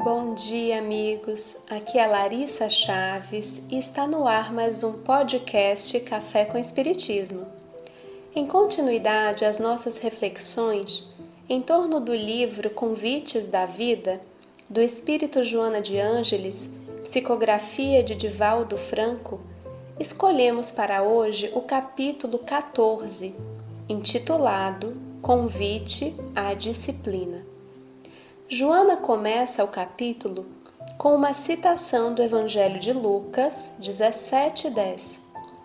Bom dia, amigos. Aqui é Larissa Chaves e está no ar mais um podcast Café com Espiritismo. Em continuidade às nossas reflexões em torno do livro Convites da Vida, do Espírito Joana de Ângeles, psicografia de Divaldo Franco, escolhemos para hoje o capítulo 14, intitulado Convite à Disciplina. Joana começa o capítulo com uma citação do Evangelho de Lucas 17:10.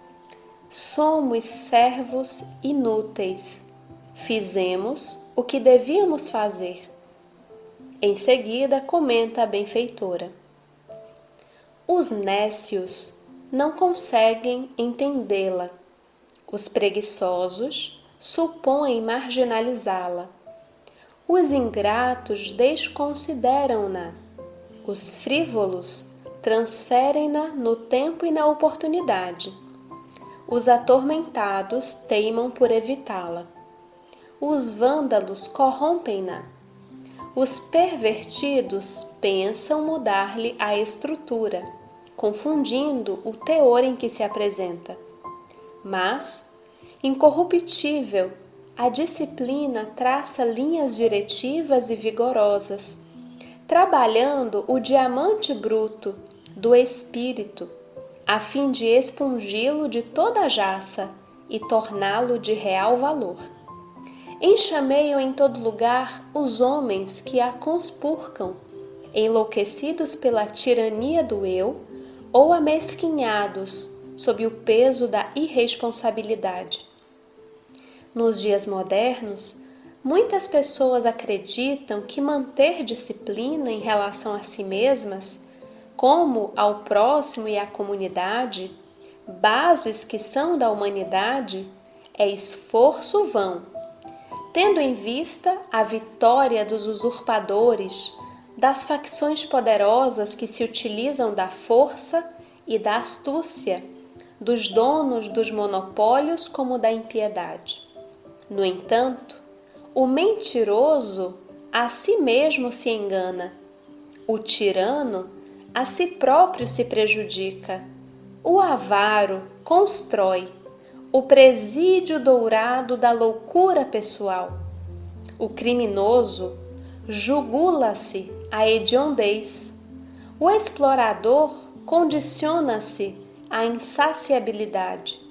Somos servos inúteis. Fizemos o que devíamos fazer. Em seguida, comenta a benfeitora. Os nécios não conseguem entendê-la. Os preguiçosos supõem marginalizá-la. Os ingratos desconsideram-na. Os frívolos transferem-na no tempo e na oportunidade. Os atormentados teimam por evitá-la. Os vândalos corrompem-na. Os pervertidos pensam mudar-lhe a estrutura, confundindo o teor em que se apresenta. Mas, incorruptível, a disciplina traça linhas diretivas e vigorosas, trabalhando o diamante bruto do espírito, a fim de expungi-lo de toda a jaça e torná-lo de real valor. Enxameiam em todo lugar os homens que a conspurcam, enlouquecidos pela tirania do eu ou amesquinhados sob o peso da irresponsabilidade. Nos dias modernos, muitas pessoas acreditam que manter disciplina em relação a si mesmas, como ao próximo e à comunidade, bases que são da humanidade, é esforço vão, tendo em vista a vitória dos usurpadores, das facções poderosas que se utilizam da força e da astúcia, dos donos dos monopólios como da impiedade. No entanto, o mentiroso a si mesmo se engana, o tirano a si próprio se prejudica, o avaro constrói o presídio dourado da loucura pessoal, o criminoso jugula-se à hediondez, o explorador condiciona-se à insaciabilidade.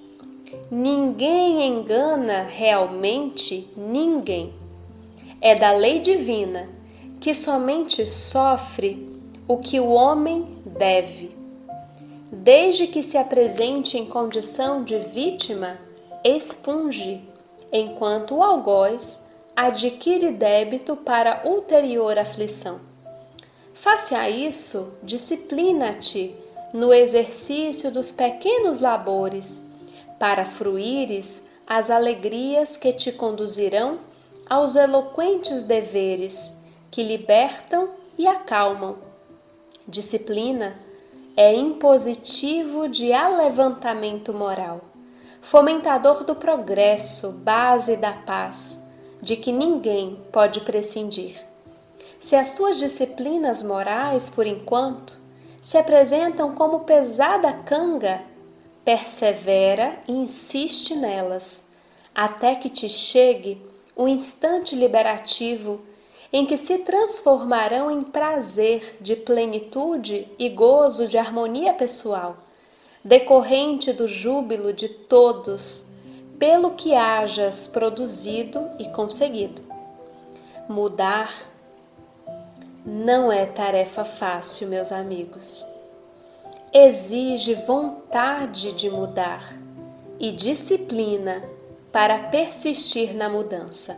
Ninguém engana realmente ninguém. É da lei divina que somente sofre o que o homem deve. Desde que se apresente em condição de vítima, expunge, enquanto o algoz adquire débito para ulterior aflição. Face a isso, disciplina-te no exercício dos pequenos labores, para fruires as alegrias que te conduzirão aos eloquentes deveres que libertam e acalmam. Disciplina é impositivo de alevantamento moral, fomentador do progresso, base da paz, de que ninguém pode prescindir. Se as tuas disciplinas morais, por enquanto, se apresentam como pesada canga, persevera e insiste nelas, até que te chegue o instante liberativo em que se transformarão em prazer de plenitude e gozo de harmonia pessoal, decorrente do júbilo de todos, pelo que hajas produzido e conseguido. Mudar não é tarefa fácil, meus amigos. Exige vontade de mudar e disciplina para persistir na mudança.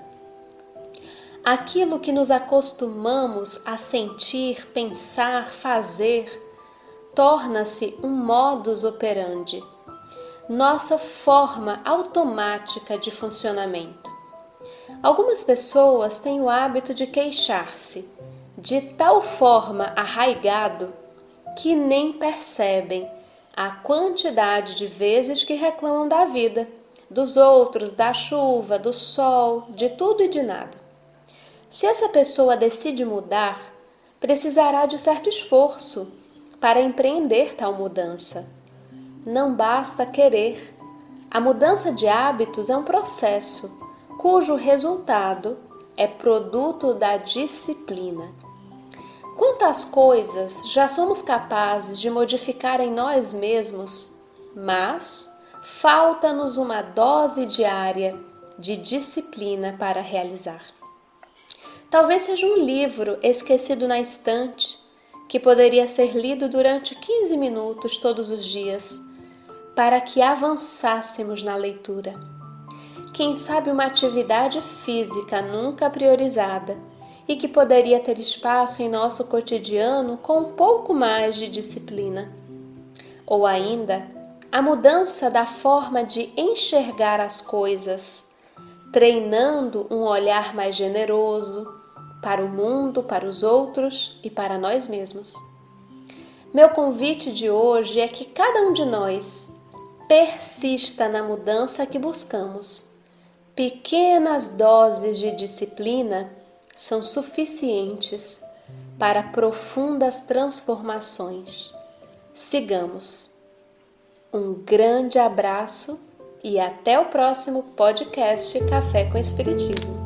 Aquilo que nos acostumamos a sentir, pensar, fazer, torna-se um modus operandi, nossa forma automática de funcionamento. Algumas pessoas têm o hábito de queixar-se, de tal forma arraigado que nem percebem a quantidade de vezes que reclamam da vida, dos outros, da chuva, do sol, de tudo e de nada. Se essa pessoa decide mudar, precisará de certo esforço para empreender tal mudança. Não basta querer. A mudança de hábitos é um processo, cujo resultado é produto da disciplina. Quantas coisas já somos capazes de modificar em nós mesmos, mas falta-nos uma dose diária de disciplina para realizar. Talvez seja um livro esquecido na estante, que poderia ser lido durante 15 minutos todos os dias, para que avançássemos na leitura. Quem sabe uma atividade física nunca priorizada e que poderia ter espaço em nosso cotidiano com um pouco mais de disciplina. Ou ainda, a mudança da forma de enxergar as coisas, treinando um olhar mais generoso para o mundo, para os outros e para nós mesmos. Meu convite de hoje é que cada um de nós persista na mudança que buscamos. Pequenas doses de disciplina são suficientes para profundas transformações. Sigamos. Um grande abraço e até o próximo podcast Café com Espiritismo.